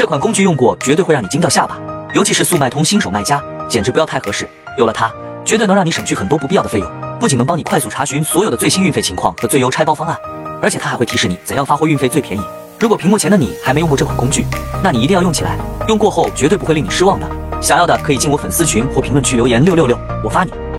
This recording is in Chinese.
款工具用过，绝对会让你惊掉下巴，尤其是速卖通新手卖家，简直不要太合适。有了它，绝对能让你省去很多不必要的费用，不仅能帮你快速查询所有的最新运费情况和最优拆包方案，而且它还会提示你怎样发货运费最便宜。如果屏幕前的你还没用过这款工具，那你一定要用起来，用过后绝对不会令你失望的。想要的可以进我粉丝群或评论区留言666，我发你。